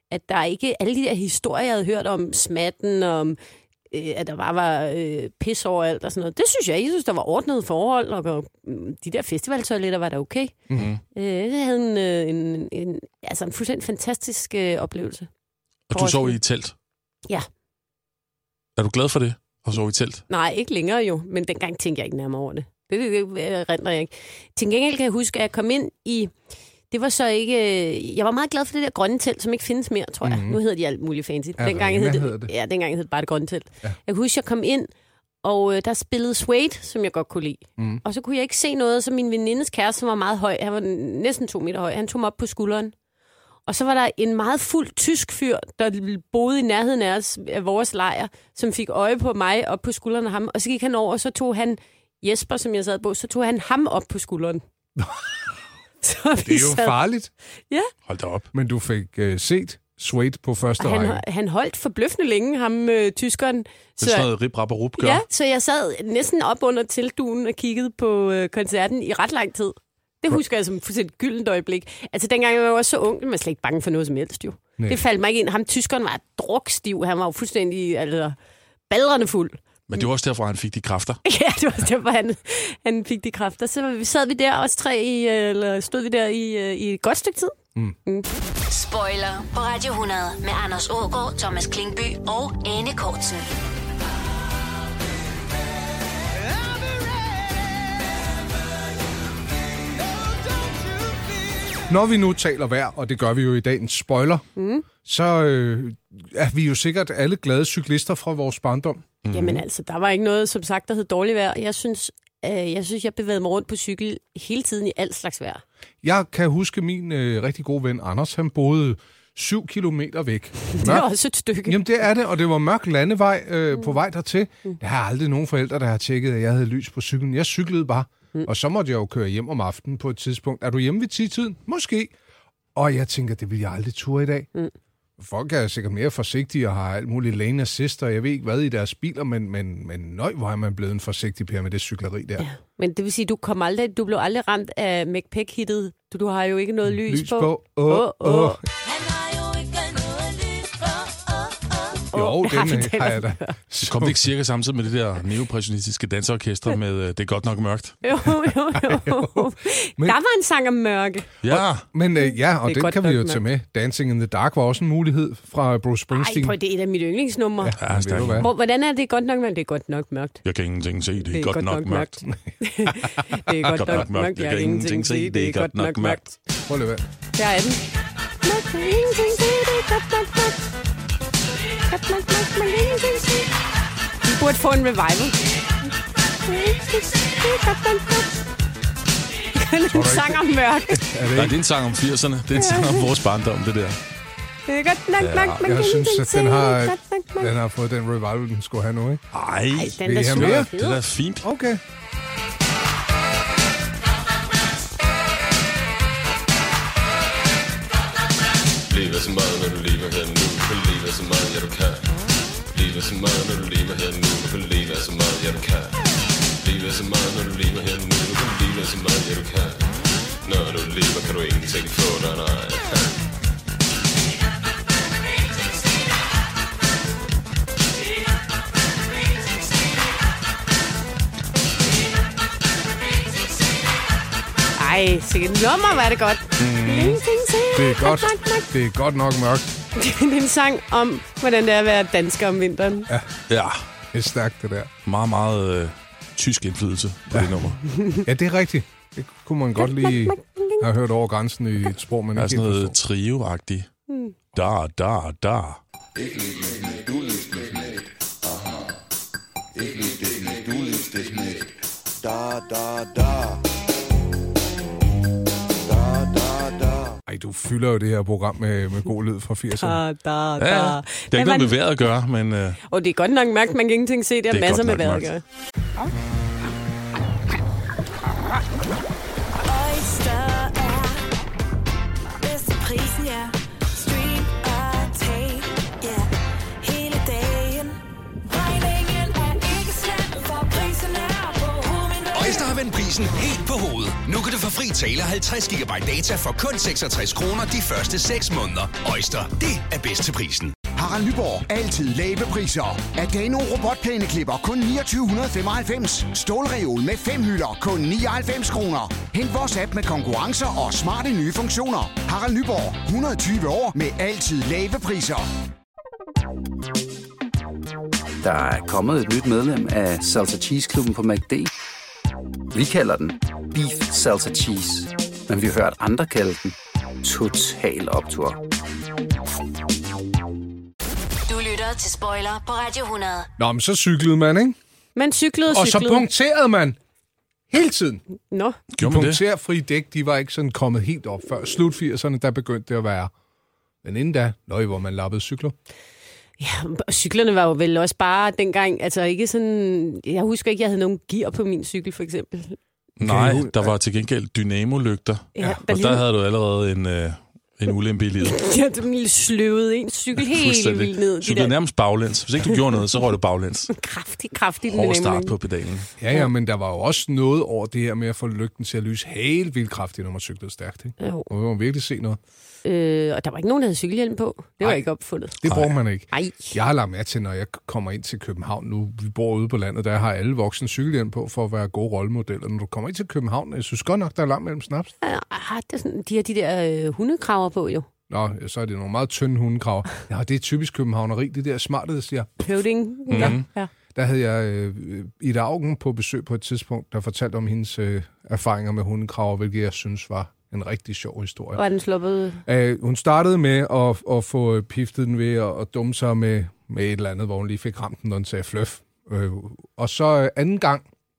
at der ikke alle de der historier, jeg havde hørt om smatten, om øh, at der bare var øh, pis overalt og sådan noget. Det synes jeg. Jeg synes, der var ordnede forhold, og, og de der festivaltoiletter var da okay. Mm-hmm. Øh, jeg havde en, øh, en, en, altså en fuldstændig fantastisk øh, oplevelse. Og du sov i et telt? Ja. Er du glad for det, at sove i telt? Nej, ikke længere jo, men dengang tænkte jeg ikke nærmere over det. Det, det, det render jeg ikke. Til gengæld kan jeg huske, at jeg kom ind i... Det var så ikke... Jeg var meget glad for det der grønne telt, som ikke findes mere, tror jeg. Mm-hmm. Nu hedder de alt muligt fancy. Ja, dengang hed det, hedder det. Ja, dengang hed det bare det grønne telt. Ja. Jeg kan huske, at jeg kom ind, og øh, der spillede Suede, som jeg godt kunne lide. Mm. Og så kunne jeg ikke se noget, så min venindes kæreste, som var meget høj, han var næsten to meter høj, han tog mig op på skulderen. Og så var der en meget fuld tysk fyr, der boede i nærheden af, os, af vores lejr, som fik øje på mig op på skulderen af ham. Og så gik han over, og så tog han Jesper, som jeg sad på, så tog han ham op på skulderen. Så det er jo sad... farligt. Ja. Hold da op. Men du fik uh, set Suede på første han, række. Han holdt forbløffende længe, ham øh, tyskeren. Det er sådan noget rip, rap og rup gør. Ja, så jeg sad næsten op under teltdugen og kiggede på øh, koncerten i ret lang tid. Det husker jeg som fuldstændig gyldent øjeblik. Altså dengang jeg var så ung, var jeg slet ikke bange for noget som helst jo. Nej. Det faldt mig ikke ind. Ham tyskeren var drukstiv. Han var jo fuldstændig altså, baldrende fuld. Men det var også derfor, han fik de kræfter. Ja, det var også derfor, han, han fik de kræfter. Så sad vi der, os tre, i, eller stod vi der i, i et godt stykke tid. Mm. Mm. Spoiler på Radio hundrede med Anders Aagaard, Thomas Klingby og Ane Kortsen. Når vi nu taler vejr, og det gør vi jo i dag en spoiler, mm. så øh, er vi jo sikkert alle glade cyklister fra vores barndom. Mm. Jamen altså, der var ikke noget, som sagt, der hed dårligt vejr. Jeg synes, øh, jeg synes, jeg bevægede mig rundt på cykel hele tiden i alt slags vejr. Jeg kan huske min øh, rigtig gode ven Anders, han boede syv kilometer væk. Det er også et stykke. Jamen det er det, og det var mørk landevej øh, mm. på vej dertil. Mm. Jeg har aldrig nogen forældre, der har tjekket, at jeg havde lys på cyklen. Jeg cyklede bare, mm. og så måtte jeg jo køre hjem om aftenen på et tidspunkt. Er du hjemme ved ti-tiden? Måske. Og jeg tænker, det vil jeg aldrig ture i dag. Mm. Folk er sikkert mere forsigtige og har alt muligt lane assist, og jeg ved ikke hvad i deres biler, men, men, men nøj, hvor er man blevet en forsigtig per med det cykleri der. Ja, men det vil sige, du kom aldrig, du blev aldrig ramt af McPack-hittet. Du, du har jo ikke noget lys, lys på. på. Åh, åh, åh. åh. Jo, den den har jeg da. Så kom det ikke cirka samtidig med det der neopressionistiske danseorkester med uh, Det er godt nok mørkt? Jo, jo, jo. Men, der var en sang om mørke. Ja. Og, men uh, ja, og det den kan vi jo tage med. Dancing in the Dark var også en mulighed fra Bruce Springsteen. Ej, prøv, det er et af mine yndlingsnumre. Ja, ja, ved Hvor, hvordan er det godt nok mørkt? Det er godt nok mørkt. Jeg kan ingenting se, det er, det er godt, godt nok, nok mørkt. mørkt. Det er godt, godt nok mørkt, jeg kan ingenting se, det er godt nok mørkt. Prøv lige at være. Der er den. Mørkt, jeg kan ingenting se, det er godt nok mørkt. Godt nok mørkt, man kan ingenting se. Vi burde få en revival. Det er en sang om mørke. Nej, det er en sang om firserne. Det er en sang om vores barndom, det der. Det er godt nok mørkt, man kan Jeg synes, ingenting at se. den har, Det er godt nok mørkt. den har fået den revival, den skulle have nu, ikke? Ej, Ej, den vil er I have super mere? fed. det er da fint. Okay. Lever så meget, når du lever her nu. Du kan leve så meget, ja du kan. Lever så meget, når du lever her nu. Du kan leve så meget, ja du kan. Lever så meget, når du lever her nu. Du kan leve så meget, ja du kan. Når du lever, kan du ingenting få dig, nej. Ej, sikkert nummer, var det godt. Mm. Det er godt. Det er godt nok mørkt. Det er en sang om, hvordan det er at være dansker om vinteren. Ja, Ja, det er stærkt, det der. meget, meget øh, tysk indflydelse på ja. det nummer. Ja, det er rigtigt. Det kunne man godt lige have hørt over grænsen i et sprog, man Der er ikke sådan helt noget forstår. trio-agtigt. Da, da, da. Ej, du fylder jo det her program med, med god lyd fra firserne. Da, da, Ja, da. det er ikke noget med vejret at gøre, men øh, Og det er godt nok mørkt, man kan ingenting se. Det er, Det er masser godt med nok vejret at mørkt. gøre. Oyster er bedst til prisen, ja. Stream og tag, ja. Hele dagen. Regningen er ikke slem, for prisen er på hovedet. Oyster har vendt prisen prisen helt på hovedet. Nu kan du få fri tale halvtreds gigabyte data for kun seksogtres kroner de første seks måneder. Øjster, det er bedst til prisen. Harald Nyborg. Altid lave priser. Adano robotplæneklipper kun niogtyve femoghalvfems. Stålreol med fem hylder kun nioghalvfems kroner. Hent vores app med konkurrencer og smarte nye funktioner. Harald Nyborg. hundrede og tyve år med altid lave priser. Der er kommet et nyt medlem af Salsa Cheese Klubben på McD. Vi kalder den Beef Salsa Cheese, men vi har hørt andre kalde den Total Optur. Du lytter til Spoiler på Radio hundrede. Nå, men så cyklede man, ikke? Man cyklede og Og cyklede. så punkterede man hele tiden. Nå. De punkterfri dæk, de var ikke sådan kommet helt op før. Slut firserne, der begyndte det at være. Men inden da, løg, hvor man lappede cykler. Ja, og cyklerne var jo vel også bare dengang, altså ikke sådan... Jeg husker ikke, jeg havde nogen gear på min cykel, for eksempel. Nej, der var til gengæld dynamolygter. Ja, og der, der havde du allerede en, øh, en ulempe i livet. Ja, det var sløvet en cykel helt vildt ned. Cyklede der... nærmest baglæns. Hvis ikke du gjorde noget, så røg du baglæns. Kraftig, kraftig. Hård start på pedalen. Ja, ja, men der var jo også noget over det her med at få lygten til at lyse helt vildt kraftigt, når man cyklede stærkt. Ikke? Jo. Og man må virkelig se noget. Øh, og der var ikke nogen, der havde cykelhjelm på. Det var Ej, ikke opfundet. Det bruger man ikke. Ej. Jeg har lagt mærke til, når jeg kommer ind til København, nu vi bor ude på landet, der har alle voksne cykelhjelm på for at være gode rollemodeller. Når du kommer ind til København, jeg synes godt nok, der er langt mellem snaps. Ja, det er sådan, de har de der øh, hundekraver på, jo. Nå, så er det nogle meget tynde hundekraver. Ja, det er typisk københavneri, det der smarte, der siger... Høvding. Mm-hmm. Ja. Ja. Der havde jeg øh, Ida Augen på besøg på et tidspunkt, der fortalte om hendes øh, erfaringer med hundekraver, hvilket jeg synes var en rigtig sjov historie. Var den sluppet? Uh, hun startede med at, at få piftet den ved at, at dumme sig med, med et eller andet, hvor hun lige fik ramt den, når den sagde fløf. Uh, og så uh, anden gang,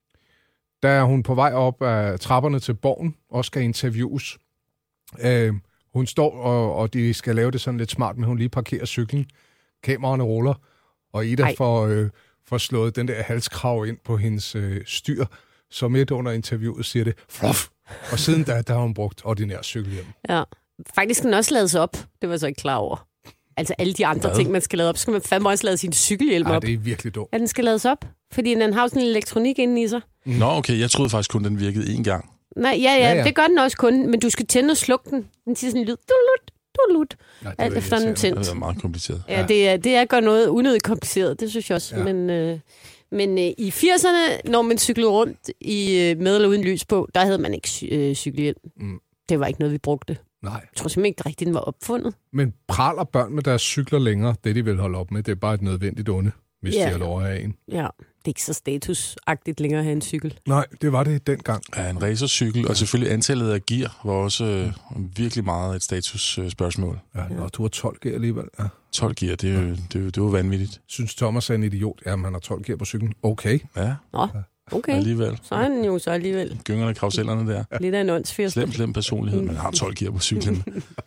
der er hun på vej op af trapperne til Borgen, og skal interviews. Uh, hun står, og, og de skal lave det sådan lidt smart, men hun lige parkerer cyklen. Kameraerne ruller, og Ida får, uh, får slået den der halskrav ind på hendes uh, styr, så midt under interviewet siger det, fluff. Og siden da, der har hun brugt ordinær cykelhjelm. Ja. Faktisk skal den også lades op. Det var jeg så ikke klar over. Altså alle de andre Hvad? ting, man skal lade op, så skal man fandme også lade sin cykelhjelm Ej, op. det er virkelig dumt. Ja, den skal lades op, fordi den har sådan en elektronik inde i sig. Mm. Nå, okay, jeg troede faktisk kun, den virkede én gang. Nej, ja, ja, Ja, ja, ja. det gør den også kun, men du skal tænde og slukke den. Den siger sådan en lyd, dulut, dulut. Nej, Alt efter den er tændt. Det er meget kompliceret. Ja, det er, det er godt noget unødigt kompliceret, det synes jeg også. Ja. Men, øh, men øh, i firserne, når man cyklede rundt i øh, med eller uden lys på, der havde man ikke cy- øh, cykelhjelm. Mm. Det var ikke noget, vi brugte. Nej. Jeg tror simpelthen ikke rigtigt, den var opfundet. Men praler børn med deres cykler længere, det de vil holde op med, det er bare et nødvendigt onde, hvis Ja. de har lov at have en. Ja, det er ikke så statusagtigt længere at have en cykel. Nej, det var det dengang. Ja, en racercykel, og selvfølgelig antallet af gear var også øh, virkelig meget et statusspørgsmål. Ja, og du har tolv gear alligevel. Ja. tolv gear, det er jo, det er jo, det er jo vanvittigt. Synes Thomas er en idiot? Ja, man har tolv gear på cyklen. Okay. Ja, Nå, okay. alligevel. Så er han jo så alligevel Gyngerne og karussellerne der. lidt af en åndsfyrste. Slem, slem personlighed, men har tolv gear på cyklen.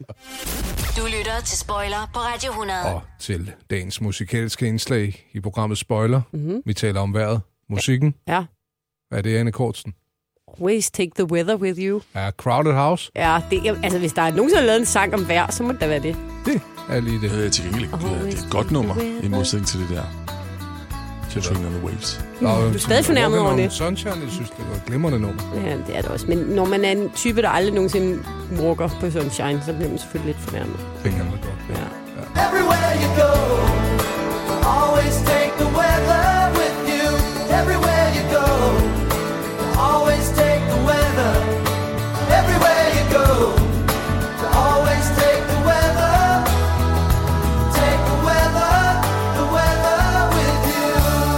Du lytter til Spoiler på Radio hundrede. Og til dagens musikalske indslag i programmet Spoiler. Mm-hmm. Vi taler om vejret. Musikken. Ja. Hvad er det, Anne Kortsen? Always take the weather with you. Ja, Crowded House. Ja, det, altså hvis der er nogen, der har lavet en sang om vejr, så må det da være det. Det er lige det. Det er til gengæld det er, det er et godt nummer, i modsætning til det der. Swing on the Waves. Og, Du er stadig fornærmet over det. Sunshine, jeg synes, det var et glimrende nummer. Ja, det er det også. Men når man er en type, der aldrig nogensinde walker på Sunshine, så bliver man selvfølgelig lidt fornærmet. Det kan man godt. Ja. Everywhere you go, always take the weather with you. Everywhere you go, always take the weather. Everywhere you go, always take the weather. Take the weather, the weather with you.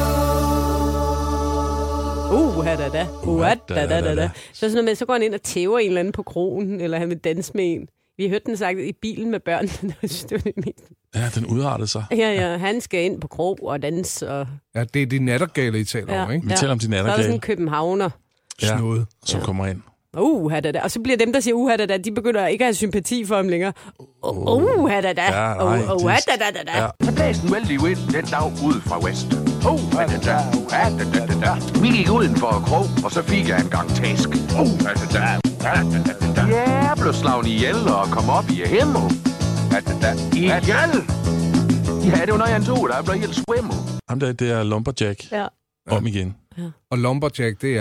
Uh, da da. Uh, da da da da. Så sådan noget med, så går han ind og tæver en eller anden på krogen, eller han vil danse med en. Vi har hørt den sagt i bilen med børn. Jeg synes, det var det mest. Ja, den udartede sig. Ja, ja, han skal ind på krog og danse. Og... Ja, det er de nattergale, I taler ja, om, ikke? Vi taler om de Så er der nattergale. sådan en københavner. Ja, Snude. som kommer ind. Uh, da da. Og så bliver dem, der siger uh, da da, de begynder ikke at have sympati for ham længere. Uh, uh da da. Ja, nej, Uh, uh, det- da da da da. Ja. Så blæste en vældig vind den dag ud fra vest. Oh, da, da, da, da, da, da, da. Vi gik uden for krog, og så fik jeg en gang tæsk. Oh, da, da, da, da, da, da, da. Ja, jeg blev slagen ihjel og kom op i himmel. Da, da, da. Ihjel? Ja, det var når jeg tog, der jeg blev helt swimmel. Ham der, det er Lumberjack. Ja. Om igen. Og Lumberjack, det er...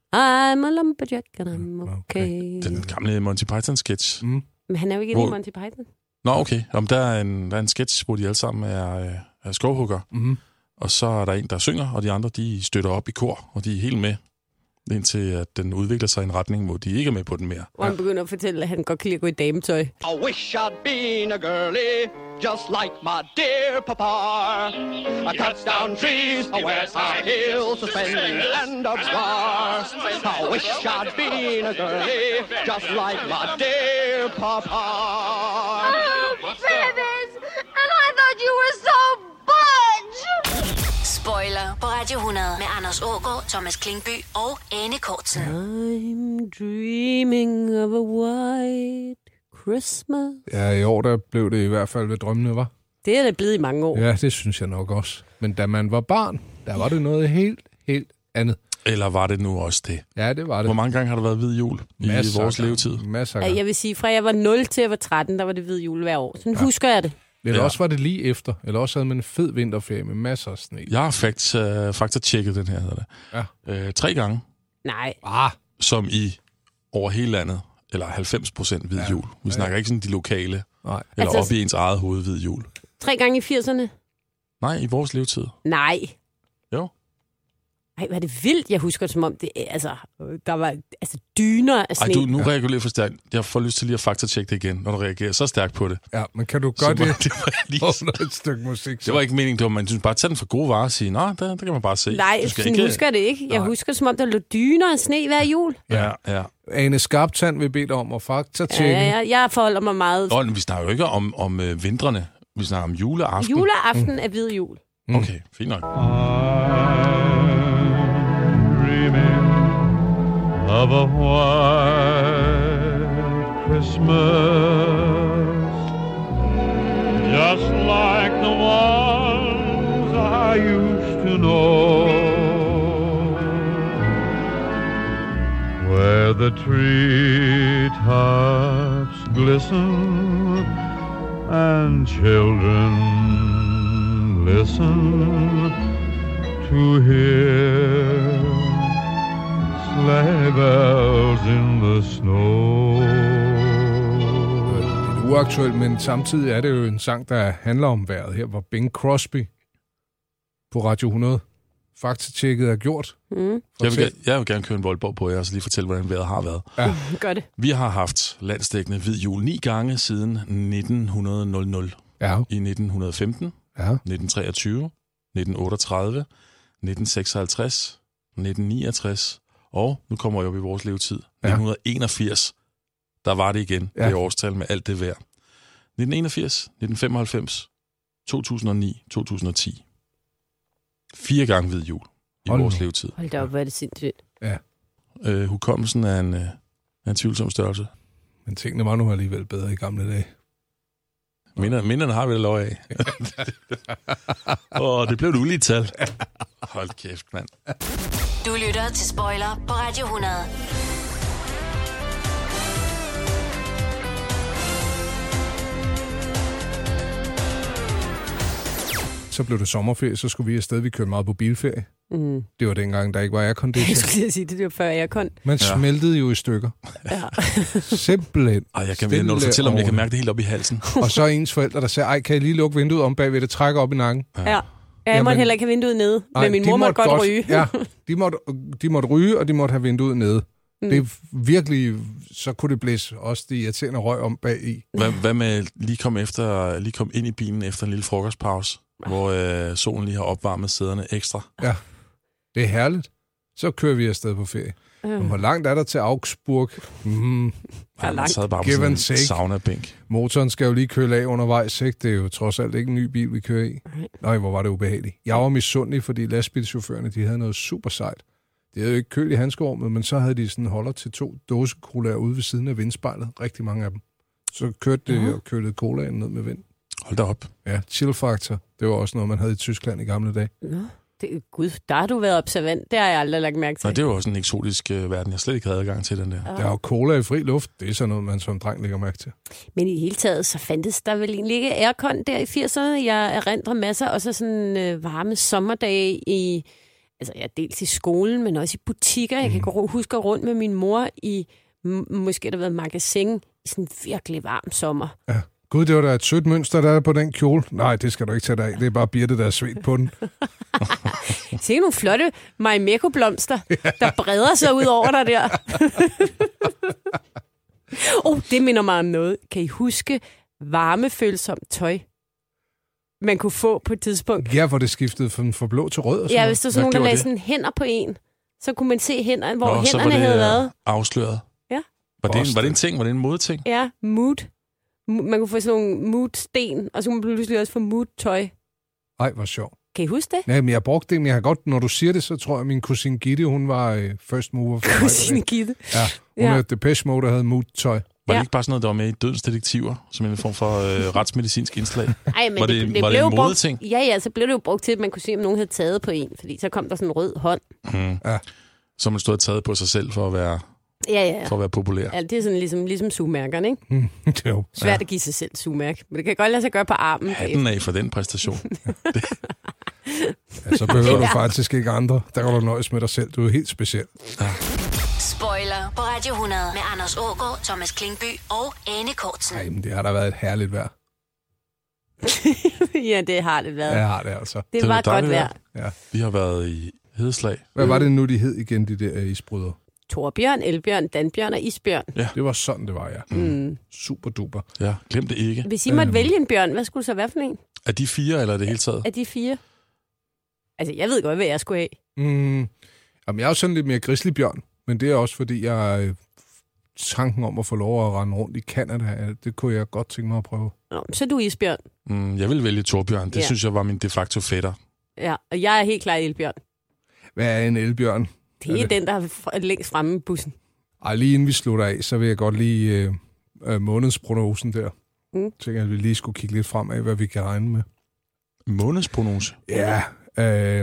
I'm a lumberjack and I'm okay. Den gamle Monty Python-sketch. Mm. Men han er jo ikke Hvor- inde i Monty Python. Nå, okay. Om der, er en, der er en sketch, hvor de alle sammen er, øh, er skovhugger. Mm-hmm. Og så er der en, der synger, og de andre, de støtter op i kor, og de er helt med. Indtil at den udvikler sig i en retning, hvor de ikke er med på den mere. Hvor han begynder at fortælle, at han godt kan lide at gå i dametøj. I wish I'd been a girlie, just like my dear papa. I cuts down trees, I wears high heels, suspending and of bars. I wish I'd been a girlie, just like my dear papa. Oh, babies! And I thought you were so budge! Spoiler på Radio hundrede med Anders Aagaard, Thomas Klingby og Ane Kortsen. I'm dreaming of a white Christmas. Ja, i år der blev det i hvert fald ved drømmene, var. Det er det blevet i mange år. Ja, det synes jeg nok også. Men da man var barn, der var det noget helt, helt andet. Eller var det nu også det? Ja, det var det. Hvor mange gange har der været hvid jul i Masser vores af levetid? Masser af Ja, gange. jeg vil sige, fra jeg var nul til jeg var tretten, der var det hvid jul hver år. Sådan ja. husker jeg det. Eller Ja. også var det lige efter. Eller også havde man en fed vinterferie med masser af sne. Jeg har fakt, uh, fakta-tjekket den her. Det. Ja. Uh, tre gange, Nej. Ah, som i over hele landet, eller halvfems procent hvid jul. Vi snakker ikke sådan de lokale, nej. eller Altså- op i ens eget hoved hvid jul. Tre gange i firserne? Nej, i vores levetid. Nej. Jo. Ej, hvad er det vildt, jeg husker som om det, altså, der var altså dyner af sne. Ej, du, nu reagerer du lidt for stærkt. Jeg får lyst til lige at faktatjekke det igen, når du reagerer så stærkt på det. Ja, men kan du Så gøre det, var- det var lige- under et stykke musik? Det var ikke meningen, det var, man synes bare tage den for gode varer og sige, nå, det, det kan man bare se. Nej, Du skal sådan ikke- husker jeg det ikke. Jeg Nej. husker som om, der lå dyner af sne hver jul. Ja, ja. Ane Skarptand vil bede dig om at faktatjekke. Ja, ja, jeg forholder mig meget. Nå, men vi snakker jo ikke om, om øh, vintrene. Vi snakker om juleaften. Juleaften er hvid jul. Mm. Okay, fint nok. Of a white Christmas, just like the ones I used to know, where the treetops glisten and children listen to hear sleigh bells in the snow. Det er uaktuelt, men samtidig er det jo en sang, der handler om vejret. Her var Bing Crosby på Radio hundrede. Faktatjekket er gjort. Mm. Jeg vil, jeg vil gerne køre en voldborg på jer, og så lige fortælle, hvordan vejret har været. Ja. Gør det. Vi har haft landsdækkende hvid jul ni gange siden nitten hundrede. Ja. I nitten femten, Ja. nitten treogtyve, nitten otteogtredive, nitten seksoghalvtreds, nitten niogtres, og nu kommer jeg op i vores levetid, Ja. nitten enogfirs. Der var det igen, Ja. det årstal med alt det vejr. nitten enogfirs, nitten femoghalvfems, to tusind og ni, to tusind og ti. Fire gange hvid jul i Hold vores nu. levetid. Hold da op, hvor er det sindssygt. Ja. Øh, hukommelsen er en, øh, er en tvivlsom størrelse. Men tingene var nu alligevel bedre i gamle dage. Minder, minderne har vi da lov af. Åh, det blev et ulige tal. Hold kæft, mand. Du lytter til Spoiler på Radio hundrede. Så blev det sommerferie, så skulle vi afsted. Vi kørte meget på bilferie. Mm. Det var dengang, der ikke var Jeg aircondition. skulle lige sige, det var før jeg kon. Man Ja. smeltede jo i stykker. Ja. Simpelthen. Ej, jeg kan, når du fortæller om, jeg kan mærke det helt op i halsen. Og så er ens forældre, der siger, ej, kan jeg lige lukke vinduet om bagved, det trækker op i nakken. Ja. Jeg Jamen- måtte heller ikke have vinduet nede, men min de mor måtte godt ryge. Ja, de måtte, de måtte ryge, og de måtte have vinduet nede. Mm. Det er virkelig, så kunne det blæse også de irriterende røg om bag i. Hvad, hvad med lige kom, efter, lige kom ind i bilen efter en lille frokostpause, hvor øh, solen lige har opvarmet sæderne ekstra? Ja, det er herligt. Så kører vi afsted på ferie. Mm. Men hvor langt er der til Augsburg? Mm. Ja, man sad bare på Give sådan and en take. sauna-bænk. Motoren skal jo lige køle af undervejs, ikke? Det er jo trods alt ikke en ny bil, vi kører i. Nej, hvor var det ubehageligt. Jeg var misundelig, fordi lastbilchaufførerne, de havde noget super sejt. De havde jo ikke køl i handskerummet, men så havde de sådan en holder til to dåsekulaer ude ved siden af vindspejlet. Rigtig mange af dem. Så kørte det og kølede colaen ned med vind. Hold da op. Ja, chill factor. Det var også noget, man havde i Tyskland i gamle dage. Nå, det, gud, der har du været observant. Det har jeg aldrig lagt mærke til. Og det er jo også en eksotisk øh, verden, jeg slet ikke havde adgang til den der. Ja. Der er jo cola i fri luft. Det er sådan noget, man som dreng lægger mærke til. Men i det hele taget, så fandtes der vel egentlig ikke aircon der i firserne. Jeg erindrer masser, og så sådan øh, varme sommerdage i altså ja, dels i skolen, men også i butikker. Jeg kan gå huske rundt med min mor i, m- måske der har været magasin, i sådan en virkelig varm sommer. Ja. Gud, det var da et sødt mønster, der er på den kjole. Nej, det skal du ikke tage dig af. Det er bare Birte, der er svedt på den. Se nogle flotte Marimekko-blomster, der breder sig ud over dig der. oh, det minder mig om noget. Kan I huske varmefølsomt tøj, man kunne få på et tidspunkt? Ja, hvor det skiftede fra, fra blå til rød. Og sådan ja, hvis der var sådan nogen, der lagde sådan hænder på en, så kunne man se hænderne, hvor Nå, hænderne det, havde været. Afsløret. Ja. Var det, en, var det en ting? Var det en modeting? Ja, mood. Man kunne få sådan nogle mood-sten, og så kunne man pludselig også få mood-tøj. Ej, hvor sjovt. Kan I huske det? Nej, men jeg brugte det, men jeg har godt, når du siger det, så tror jeg, at min kusine Gitte, hun var øh, first mover for mig. Kusine Gitte? Ja, hun ja. er Depeche Mode, der havde mood-tøj. Var det ja. ikke bare sådan noget, der var med i Dødens Detektiver, som en form for øh, retsmedicinsk indslag? Ej, men var det, det, det var blev det en brugt, modeting? Ja, ja, så blev det jo brugt til, at man kunne se, om nogen havde taget på en, fordi så kom der sådan en rød hånd. Hmm. Ja. Så man stod og taget på sig selv for at være, ja, ja, ja. For at være populær. Ja, det er sådan ligesom, ligesom sugemærkerne, ikke? Mm, det er jo. Svært Ja. at give sig selv sugemærke, men det kan godt lade sig gøre på armen. Hatten af for den præstation. Ja, så behøver du faktisk ikke andre. Der kan du nøjes med dig selv. Du er helt speciel. Ja. Spoiler på Radio hundrede med Anders Aagaard, Thomas Klingby og Ane Kortsen. Ej, men det har da været et herligt vejr. ja, det har det været. Ja, har det altså. Det, det var godt vejr. Ja. Vi har været i Hedeslag. Hvad var det nu, de hed igen, de der isbrydere? Torbjørn, Elbjørn, Danbjørn og Isbjørn. Ja. Det var sådan, det var, ja. Mm. Super duper. Ja, glem det ikke. Hvis I måtte øhm. vælge en bjørn, hvad skulle det så være for en? Er de fire, eller er det hele taget? Er de fire? Altså, jeg ved godt, hvad jeg skulle have. Mm. Jamen, jeg er jo sådan lidt mere grizzly bjørn, men det er også, fordi jeg øh, tanken om at få lov at rende rundt i Canada, det kunne jeg godt tænke mig at prøve. Nå, så er du isbjørn. Mm, jeg vil vælge Torbjørn. Det ja. synes jeg var min de facto fætter. Ja, og jeg er helt klar elbjørn. Hvad er en elbjørn? Det er, er det? den, der er længst fremme i bussen. Ej, lige inden vi slutter af, så vil jeg godt lige øh, øh, månedsprognosen der. Mm. Så jeg, at vi lige skulle kigge lidt frem af, hvad vi kan regne med. Månedsprognose? Ja. Øh,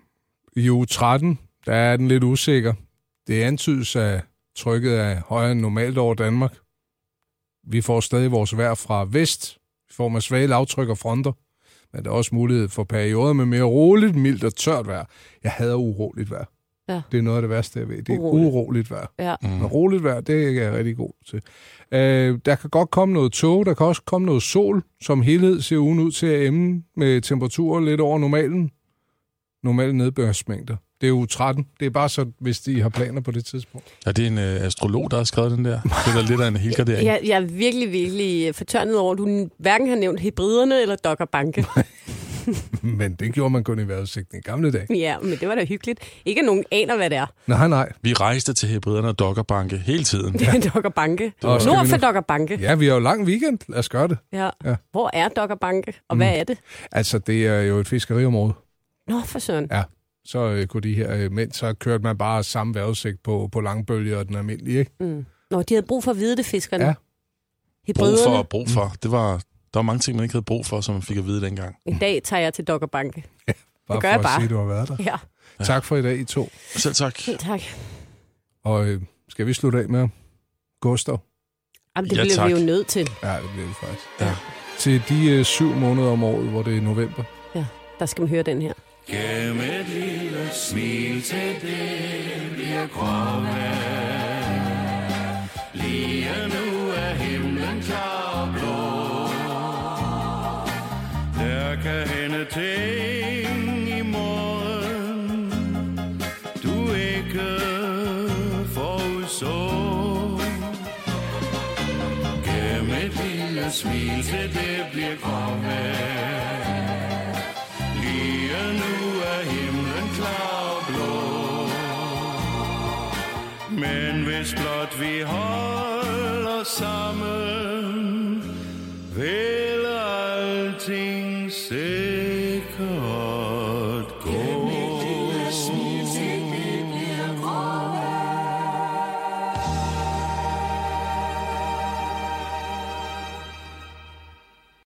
I uge tretten, der er den lidt usikker. Det antydes, at trykket er højere end normalt over Danmark. Vi får stadig vores vejr fra vest. Vi får med svage lavtryk og fronter. Men der er også mulighed for perioder med mere roligt, mildt og tørt vejr. Jeg hader uroligt vejr. Ja. Det er noget af det værste, jeg ved. Det er uroligt, uroligt vejr. Ja. Mm. Men roligt vejr, det er jeg rigtig god til. Øh, der kan godt komme noget tåge, der kan også komme noget sol. Som helhed ser ugen ud til at emme med temperaturer lidt over normalen. Normale nedbørsmængder. Det er uge tretten. Det er bare så, hvis de har planer på det tidspunkt. Er det en øh, astrolog, der har skrevet den der? Det er da lidt af en helgardering. Jeg, jeg er virkelig, virkelig fortørnet over, at du hverken har nævnt hybriderne eller Dogger Banke. Men det gjorde man kun i vejrudsigten i gamle dage. Ja, men det var da hyggeligt. Ikke at nogen aner, hvad det er. Nej, nej. Vi rejste til hybriderne og Dogger Banke hele tiden. Det er Dogger Banke. Nord for Dogger Banke. Ja, vi har jo lang weekend. Lad os gøre det. Ja. Ja. Hvor er Dogger Banke, og mm. hvad er det? Altså, det er jo et fiskeriområde. Nå, for søren. Ja. Så øh, kunne de her øh, mænd, så kørte man bare samme vejrudsigt på, på langbølger og den almindelige, ikke? Mm. Nå, de havde brug for at vide det, fiskerne. Ja. Brug for, brug for. Det var, der var mange ting, man ikke havde brug for, som man fik at vide dengang. I dag tager jeg til Dogger Banke. Ja, bare det gør for jeg at bare. sige, at du har været der. Ja. Ja. Tak for i dag, I to. Selv tak. Helt tak. Og øh, skal vi slutte af med Gustav? Jamen, det ja, bliver tak. vi jo nødt til. Ja, det bliver vi faktisk. Ja. Til de øh, syv måneder om året, hvor det er november. Ja, der skal man høre den her. Gem et lille smil til det bliver grønne. Lige nu er himlen klar og blå. Der kan hænde ting i morgen, du ikke forudså. Gem et lille smil til det bliver grønne. Lige nu er himlen klar og blå. Men hvis blot vi holder sammen, vil alting se